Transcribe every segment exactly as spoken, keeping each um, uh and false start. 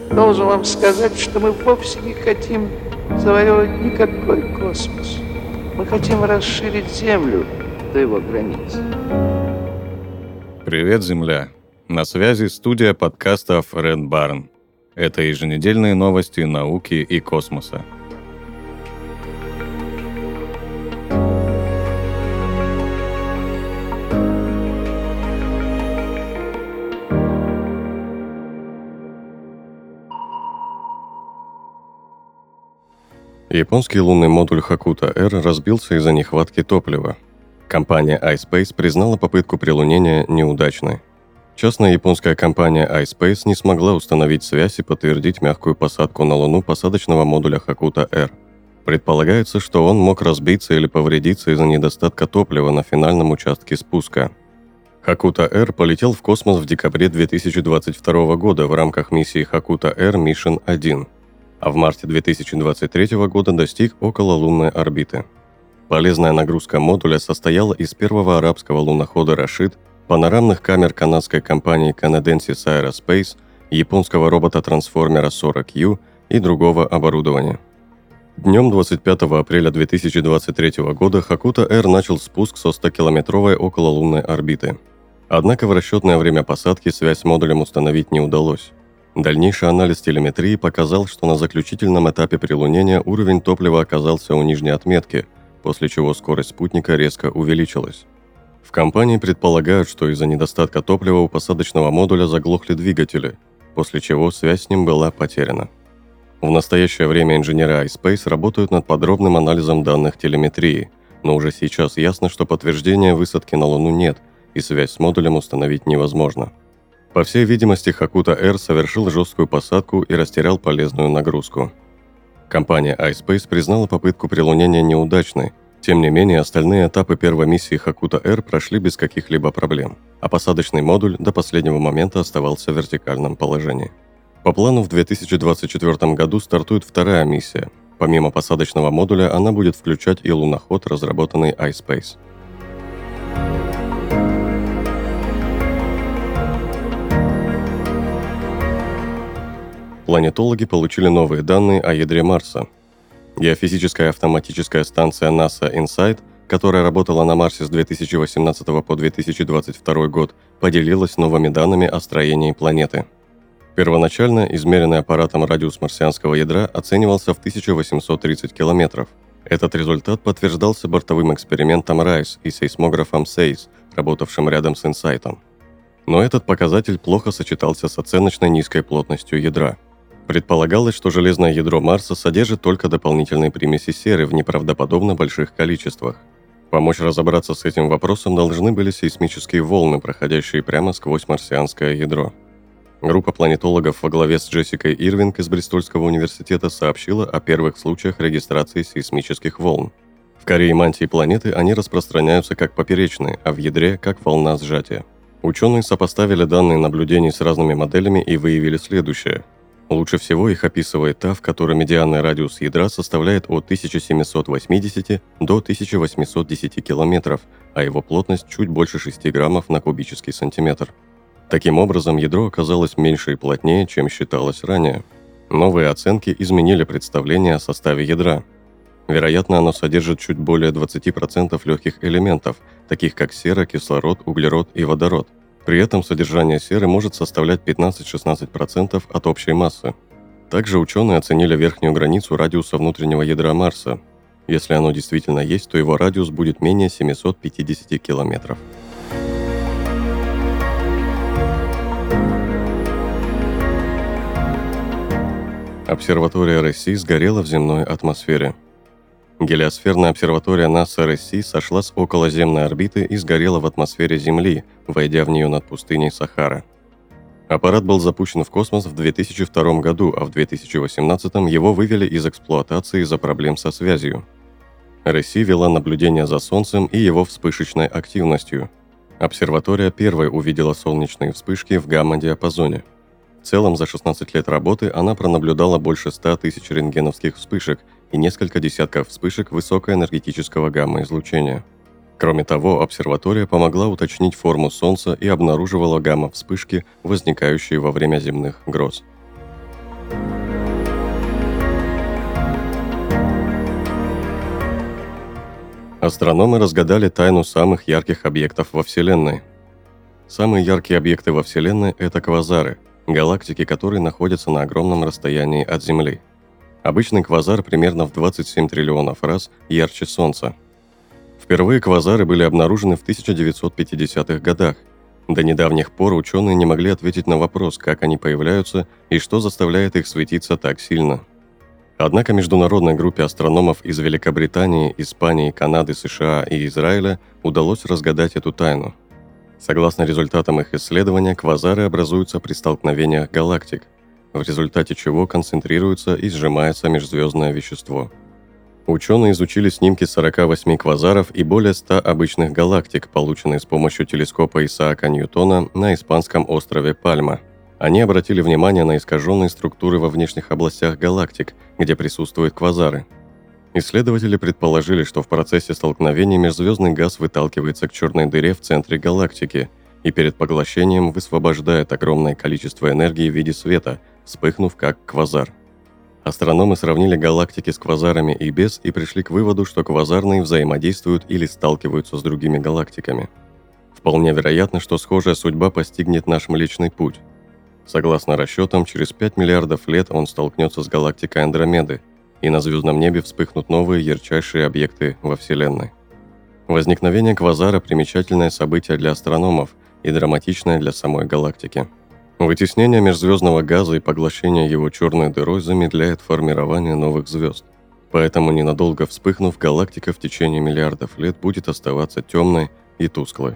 Должен вам сказать, что мы вовсе не хотим завоевывать никакой космос. Мы хотим расширить Землю до его границ. Привет, Земля! На связи студия подкастов Red Barn. Это еженедельные новости науки и космоса. Японский лунный модуль Хакута-Р разбился из-за нехватки топлива. Компания iSpace признала попытку прилунения неудачной. Частная японская компания iSpace не смогла установить связь и подтвердить мягкую посадку на Луну посадочного модуля Хакута-Р. Предполагается, что он мог разбиться или повредиться из-за недостатка топлива на финальном участке спуска. Хакута-Р полетел в космос в декабре две тысячи двадцать второго года в рамках миссии Хакута-Р Mission один, а в марте две тысячи двадцать третьего года достиг окололунной орбиты. Полезная нагрузка модуля состояла из первого арабского лунохода «Рашид», панорамных камер канадской компании Canadensis Aerospace, японского робота-трансформера сорок ю и другого оборудования. Днем двадцать пятого апреля две тысячи двадцать третьего года Хакута-Р начал спуск со стокилометровой окололунной орбиты. Однако в расчетное время посадки связь с модулем установить не удалось. Дальнейший анализ телеметрии показал, что на заключительном этапе прилунения уровень топлива оказался у нижней отметки, после чего скорость спутника резко увеличилась. В компании предполагают, что из-за недостатка топлива у посадочного модуля заглохли двигатели, после чего связь с ним была потеряна. В настоящее время инженеры iSpace работают над подробным анализом данных телеметрии, но уже сейчас ясно, что подтверждения высадки на Луну нет, и связь с модулем установить невозможно. По всей видимости, Хакута-Р совершил жесткую посадку и растерял полезную нагрузку. Компания iSpace признала попытку прилунения неудачной. Тем не менее, остальные этапы первой миссии Хакута-Р прошли без каких-либо проблем, а посадочный модуль до последнего момента оставался в вертикальном положении. По плану в две тысячи двадцать четвёртом году стартует вторая миссия. Помимо посадочного модуля, она будет включать и луноход, разработанный iSpace. Планетологи получили новые данные о ядре Марса. Геофизическая автоматическая станция NASA InSight, которая работала на Марсе с две тысячи восемнадцатого по две тысячи двадцать второй год, поделилась новыми данными о строении планеты. Первоначально измеренный аппаратом радиус марсианского ядра оценивался в тысяча восемьсот тридцать километров. Этот результат подтверждался бортовым экспериментом райс и сейсмографом сейс, работавшим рядом с InSight. Но этот показатель плохо сочетался с оценочной низкой плотностью ядра. Предполагалось, что железное ядро Марса содержит только дополнительные примеси серы в неправдоподобно больших количествах. Помочь разобраться с этим вопросом должны были сейсмические волны, проходящие прямо сквозь марсианское ядро. Группа планетологов во главе с Джессикой Ирвинг из Бристольского университета сообщила о первых случаях регистрации сейсмических волн. В коре и мантии планеты они распространяются как поперечные, а в ядре – как волна сжатия. Ученые сопоставили данные наблюдений с разными моделями и выявили следующее. Лучше всего их описывает та, в которой медианный радиус ядра составляет от тысяча семьсот восемьдесят до тысяча восемьсот десять километров, а его плотность чуть больше шести граммов на кубический сантиметр. Таким образом, ядро оказалось меньше и плотнее, чем считалось ранее. Новые оценки изменили представление о составе ядра. Вероятно, оно содержит чуть более двадцать процентов легких элементов, таких как сера, кислород, углерод и водород. При этом содержание серы может составлять пятнадцать-шестнадцать процентов от общей массы. Также ученые оценили верхнюю границу радиуса внутреннего ядра Марса. Если оно действительно есть, то его радиус будет менее семьсот пятьдесят километров. Обсерватория России сгорела в земной атмосфере. Гелиосферная обсерватория НАСА эр эс си сошла с околоземной орбиты и сгорела в атмосфере Земли, войдя в нее над пустыней Сахара. Аппарат был запущен в космос в две тысячи втором году, а в две тысячи восемнадцатом его вывели из эксплуатации из-за проблем со связью. эр эс си вела наблюдение за Солнцем и его вспышечной активностью. Обсерватория первой увидела солнечные вспышки в гамма-диапазоне. В целом, за шестнадцать лет работы она пронаблюдала больше ста тысяч рентгеновских вспышек и несколько десятков вспышек высокоэнергетического гамма-излучения. Кроме того, обсерватория помогла уточнить форму Солнца и обнаруживала гамма-вспышки, возникающие во время земных гроз. Астрономы разгадали тайну самых ярких объектов во Вселенной. Самые яркие объекты во Вселенной – это квазары, галактики, которые находятся на огромном расстоянии от Земли. Обычный квазар примерно в двадцать семь триллионов раз ярче Солнца. Впервые квазары были обнаружены в тысяча девятьсот пятидесятых годах. До недавних пор ученые не могли ответить на вопрос, как они появляются и что заставляет их светиться так сильно. Однако международной группе астрономов из Великобритании, Испании, Канады, США и Израиля удалось разгадать эту тайну. Согласно результатам их исследования, квазары образуются при столкновениях галактик, в результате чего концентрируется и сжимается межзвездное вещество. Ученые изучили снимки сорока восьми квазаров и более ста обычных галактик, полученные с помощью телескопа Исаака Ньютона на испанском острове Пальма. Они обратили внимание на искаженные структуры во внешних областях галактик, где присутствуют квазары. Исследователи предположили, что в процессе столкновения межзвездный газ выталкивается к черной дыре в центре галактики и перед поглощением высвобождает огромное количество энергии в виде света, вспыхнув как квазар. Астрономы сравнили галактики с квазарами и без и пришли к выводу, что квазарные взаимодействуют или сталкиваются с другими галактиками. Вполне вероятно, что схожая судьба постигнет наш Млечный Путь. Согласно расчетам, через пять миллиардов лет он столкнется с галактикой Андромеды, и на звездном небе вспыхнут новые ярчайшие объекты во Вселенной. Возникновение квазара – примечательное событие для астрономов и драматичное для самой галактики. Вытеснение межзвездного газа и поглощение его черной дырой замедляет формирование новых звезд. Поэтому, ненадолго вспыхнув, галактика в течение миллиардов лет будет оставаться темной и тусклой.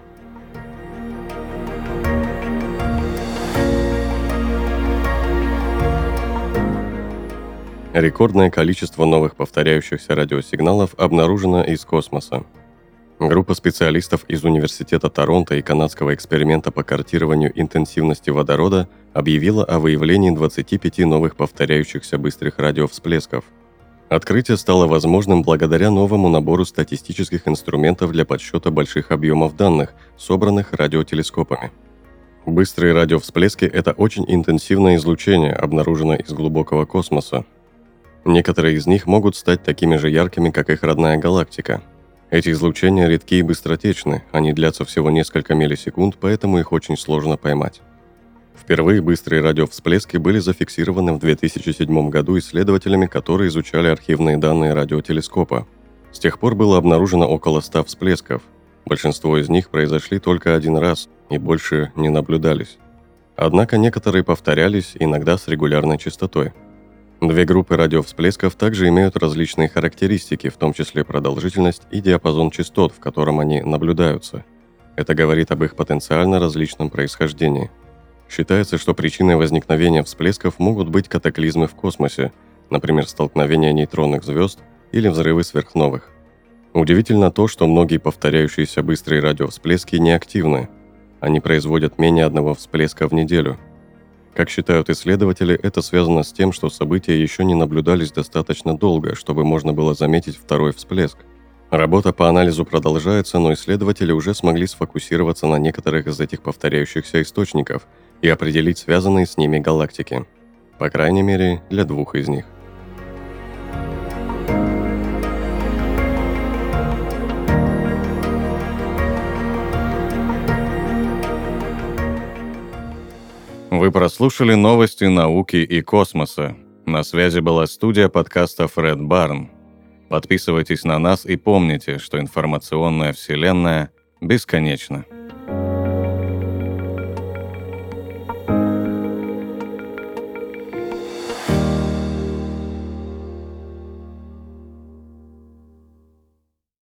Рекордное количество новых повторяющихся радиосигналов обнаружено из космоса. Группа специалистов из Университета Торонто и канадского эксперимента по картированию интенсивности водорода объявила о выявлении двадцати пяти новых повторяющихся быстрых радиовсплесков. Открытие стало возможным благодаря новому набору статистических инструментов для подсчета больших объемов данных, собранных радиотелескопами. Быстрые радиовсплески – это очень интенсивное излучение, обнаруженное из глубокого космоса. Некоторые из них могут стать такими же яркими, как их родная галактика. Эти излучения редки и быстротечны, они длятся всего несколько миллисекунд, поэтому их очень сложно поймать. Впервые быстрые радиовсплески были зафиксированы в две тысячи седьмом году исследователями, которые изучали архивные данные радиотелескопа. С тех пор было обнаружено около ста всплесков. Большинство из них произошли только один раз и больше не наблюдались. Однако некоторые повторялись, иногда с регулярной частотой. Две группы радиовсплесков также имеют различные характеристики, в том числе продолжительность и диапазон частот, в котором они наблюдаются. Это говорит об их потенциально различном происхождении. Считается, что причиной возникновения всплесков могут быть катаклизмы в космосе, например, столкновение нейтронных звезд или взрывы сверхновых. Удивительно то, что многие повторяющиеся быстрые радиовсплески неактивны. Они производят менее одного всплеска в неделю. Как считают исследователи, это связано с тем, что события еще не наблюдались достаточно долго, чтобы можно было заметить второй всплеск. Работа по анализу продолжается, но исследователи уже смогли сфокусироваться на некоторых из этих повторяющихся источников и определить связанные с ними галактики. По крайней мере, для двух из них. Вы прослушали новости науки и космоса. На связи была студия подкаста Фред Барн. Подписывайтесь на нас и помните, что информационная вселенная бесконечна.